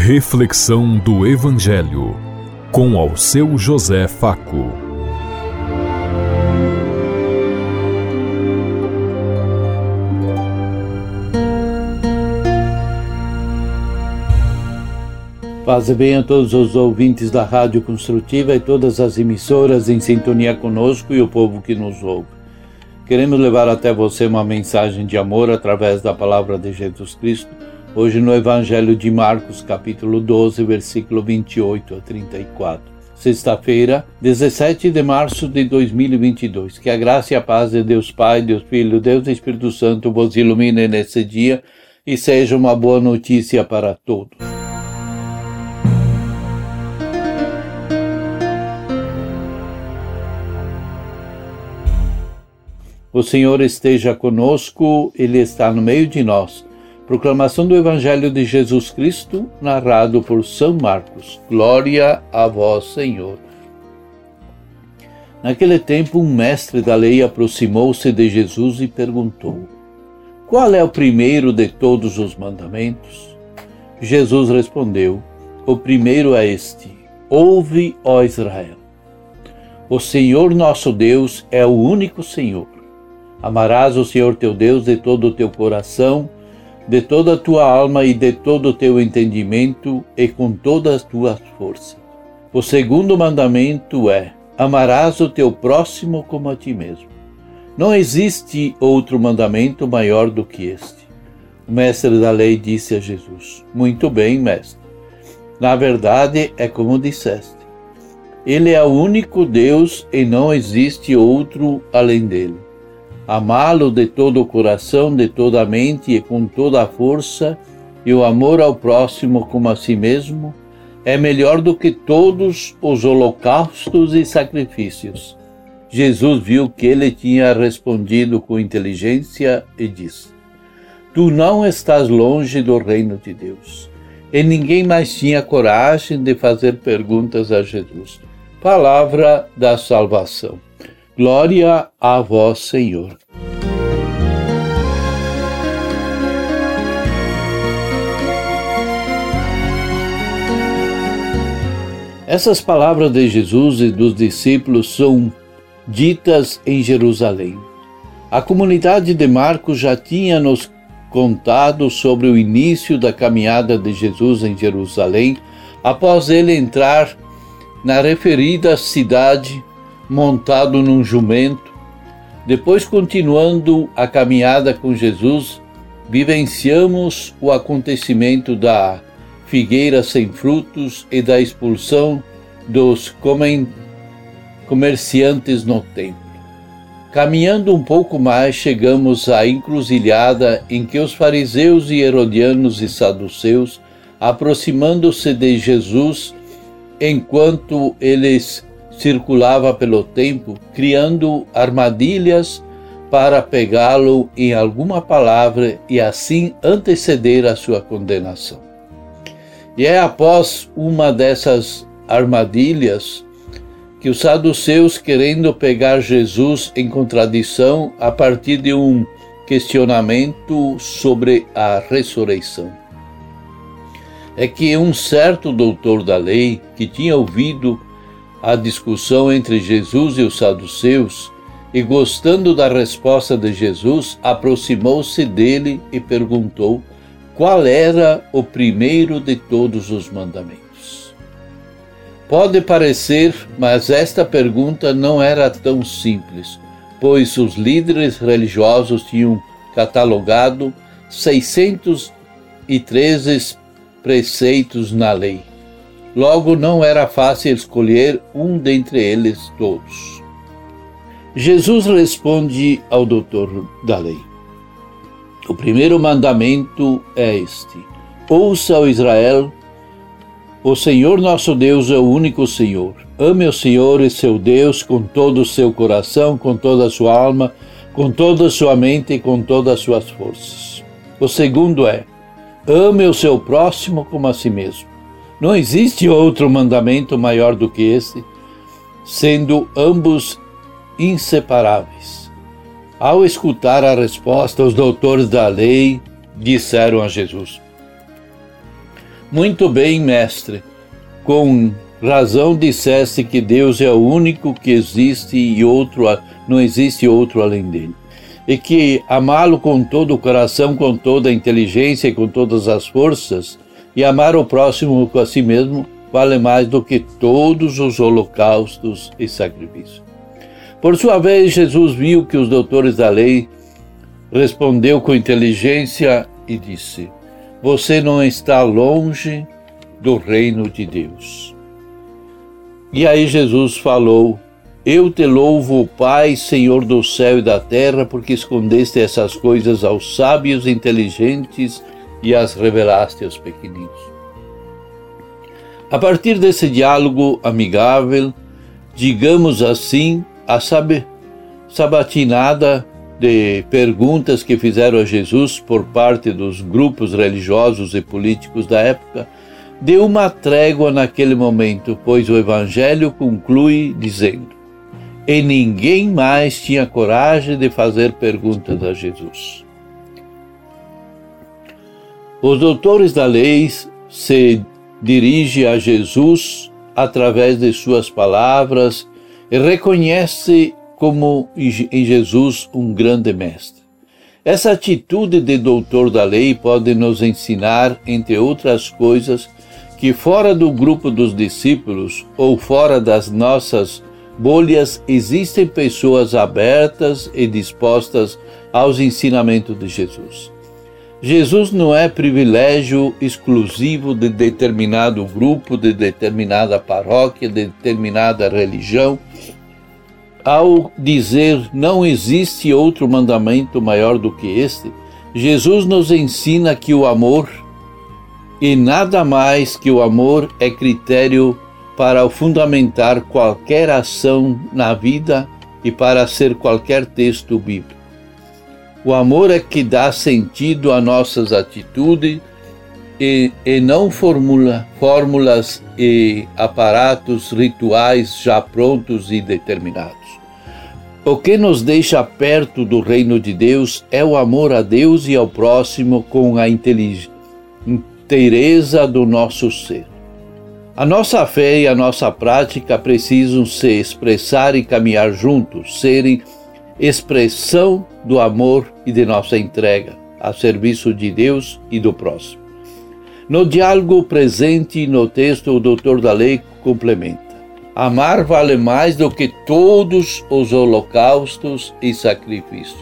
Reflexão do Evangelho, com ao seu José Faco. Paz e bem a todos os ouvintes da Rádio Construtiva e todas as emissoras em sintonia conosco e o povo que nos ouve. Queremos levar até você uma mensagem de amor através da palavra de Jesus Cristo, hoje no Evangelho de Marcos, capítulo 12, versículo 28 a 34. Sexta-feira, 17 de março de 2022. Que a graça e a paz de Deus Pai, Deus Filho, Deus e Espírito Santo vos ilumine nesse dia e seja uma boa notícia para todos. O Senhor esteja conosco, Ele está no meio de nós. Proclamação do Evangelho de Jesus Cristo, narrado por São Marcos. Glória a vós, Senhor. Naquele tempo, um mestre da lei aproximou-se de Jesus e perguntou: qual é o primeiro de todos os mandamentos? Jesus respondeu: o primeiro é este: ouve, ó Israel. O Senhor nosso Deus é o único Senhor. Amarás o Senhor teu Deus de todo o teu coração, de toda a tua alma e de todo o teu entendimento e com todas as tuas forças. O segundo mandamento é: amarás o teu próximo como a ti mesmo. Não existe outro mandamento maior do que este. O mestre da lei disse a Jesus: muito bem, mestre. Na verdade, é como disseste. Ele é o único Deus e não existe outro além dele. Amá-lo de todo o coração, de toda a mente e com toda a força, e o amor ao próximo como a si mesmo, é melhor do que todos os holocaustos e sacrifícios. Jesus viu que ele tinha respondido com inteligência e disse: tu não estás longe do reino de Deus. E ninguém mais tinha coragem de fazer perguntas a Jesus. Palavra da salvação. Glória a vós, Senhor. Essas palavras de Jesus e dos discípulos são ditas em Jerusalém. A comunidade de Marcos já tinha nos contado sobre o início da caminhada de Jesus em Jerusalém, após ele entrar na referida cidade montado num jumento. Depois, continuando a caminhada com Jesus, vivenciamos o acontecimento da figueira sem frutos e da expulsão dos comerciantes no templo. Caminhando um pouco mais, chegamos à encruzilhada em que os fariseus e herodianos e saduceus, aproximando-se de Jesus enquanto eles circulava pelo templo, criando armadilhas para pegá-lo em alguma palavra e assim anteceder a sua condenação. E é após uma dessas armadilhas que os saduceus, querendo pegar Jesus em contradição a partir de um questionamento sobre a ressurreição, é que um certo doutor da lei, que tinha ouvido a discussão entre Jesus e os saduceus, e gostando da resposta de Jesus, aproximou-se dele e perguntou qual era o primeiro de todos os mandamentos. Pode parecer, mas esta pergunta não era tão simples, pois os líderes religiosos tinham catalogado 613 preceitos na lei. Logo, não era fácil escolher um dentre eles todos. Jesus responde ao doutor da lei: o primeiro mandamento é este: ouça, ó Israel, o Senhor nosso Deus é o único Senhor. Ame o Senhor e seu Deus com todo o seu coração, com toda a sua alma, com toda a sua mente e com todas as suas forças. O segundo é: ame o seu próximo como a si mesmo. Não existe outro mandamento maior do que este, sendo ambos inseparáveis. Ao escutar a resposta, os doutores da lei disseram a Jesus: Muito bem, mestre. Com razão disseste que Deus é o único que existe e não existe outro além dele. E que amá-lo com todo o coração, com toda a inteligência e com todas as forças, e amar o próximo com a si mesmo, vale mais do que todos os holocaustos e sacrifícios. Por sua vez, Jesus viu que os doutores da lei respondeu com inteligência e disse: você não está longe do reino de Deus. E aí Jesus falou: eu te louvo, Pai, Senhor do céu e da terra, porque escondeste essas coisas aos sábios e inteligentes e as revelaste aos pequeninos. A partir desse diálogo amigável, digamos assim, a sabatinada de perguntas que fizeram a Jesus por parte dos grupos religiosos e políticos da época, deu uma trégua naquele momento, pois o Evangelho conclui dizendo: e ninguém mais tinha coragem de fazer perguntas a Jesus. Os doutores da lei se dirigem a Jesus através de suas palavras e reconhecem como em Jesus um grande mestre. Essa atitude de doutor da lei pode nos ensinar, entre outras coisas, que fora do grupo dos discípulos ou fora das nossas bolhas existem pessoas abertas e dispostas aos ensinamentos de Jesus. Jesus não é privilégio exclusivo de determinado grupo, de determinada paróquia, de determinada religião. Ao dizer não existe outro mandamento maior do que este, Jesus nos ensina que o amor, e nada mais que o amor, é critério para fundamentar qualquer ação na vida e para ser qualquer texto bíblico. O amor é que dá sentido a nossas atitudes e não fórmulas e aparatos rituais já prontos e determinados. O que nos deixa perto do reino de Deus é o amor a Deus e ao próximo com a inteireza do nosso ser. A nossa fé e a nossa prática precisam se expressar e caminhar juntos, serem expressão do amor e de nossa entrega a serviço de Deus e do próximo. No diálogo presente no texto, o doutor da lei complementa: amar vale mais do que todos os holocaustos e sacrifícios.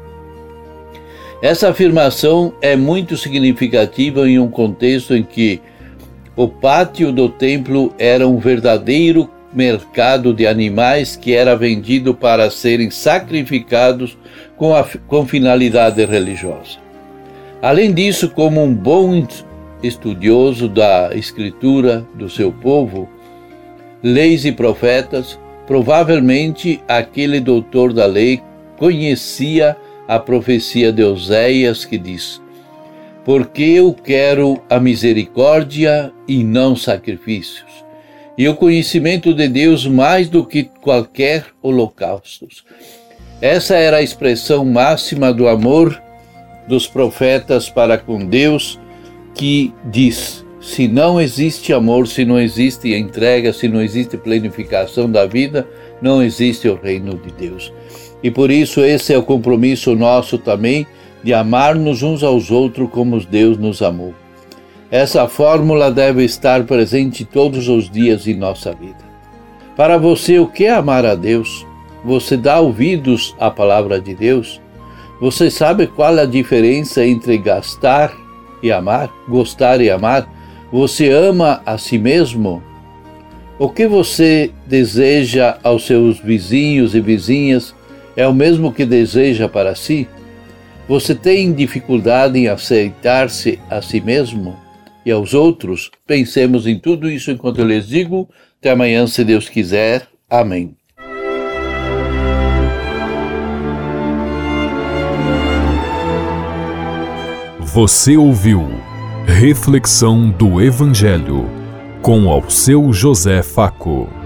Essa afirmação é muito significativa em um contexto em que o pátio do templo era um verdadeiro mercado de animais que era vendido para serem sacrificados com finalidade religiosa. Além disso, como um bom estudioso da escritura do seu povo, leis e profetas, provavelmente aquele doutor da lei conhecia a profecia de Oséias que diz: porque eu quero a misericórdia e não sacrifícios, e o conhecimento de Deus mais do que qualquer holocausto. Essa era a expressão máxima do amor dos profetas para com Deus, que diz: se não existe amor, se não existe entrega, se não existe planificação da vida, não existe o reino de Deus. E por isso esse é o compromisso nosso também, de amar-nos uns aos outros como Deus nos amou. Essa fórmula deve estar presente todos os dias em nossa vida. Para você, o que é amar a Deus? Você dá ouvidos à palavra de Deus? Você sabe qual é a diferença entre gostar e amar? Você ama a si mesmo? O que você deseja aos seus vizinhos e vizinhas é o mesmo que deseja para si? Você tem dificuldade em aceitar-se a si mesmo e aos outros? Pensemos em tudo isso enquanto eu lhes digo. Até amanhã, se Deus quiser. Amém. Você ouviu Reflexão do Evangelho com Alceu José Facco.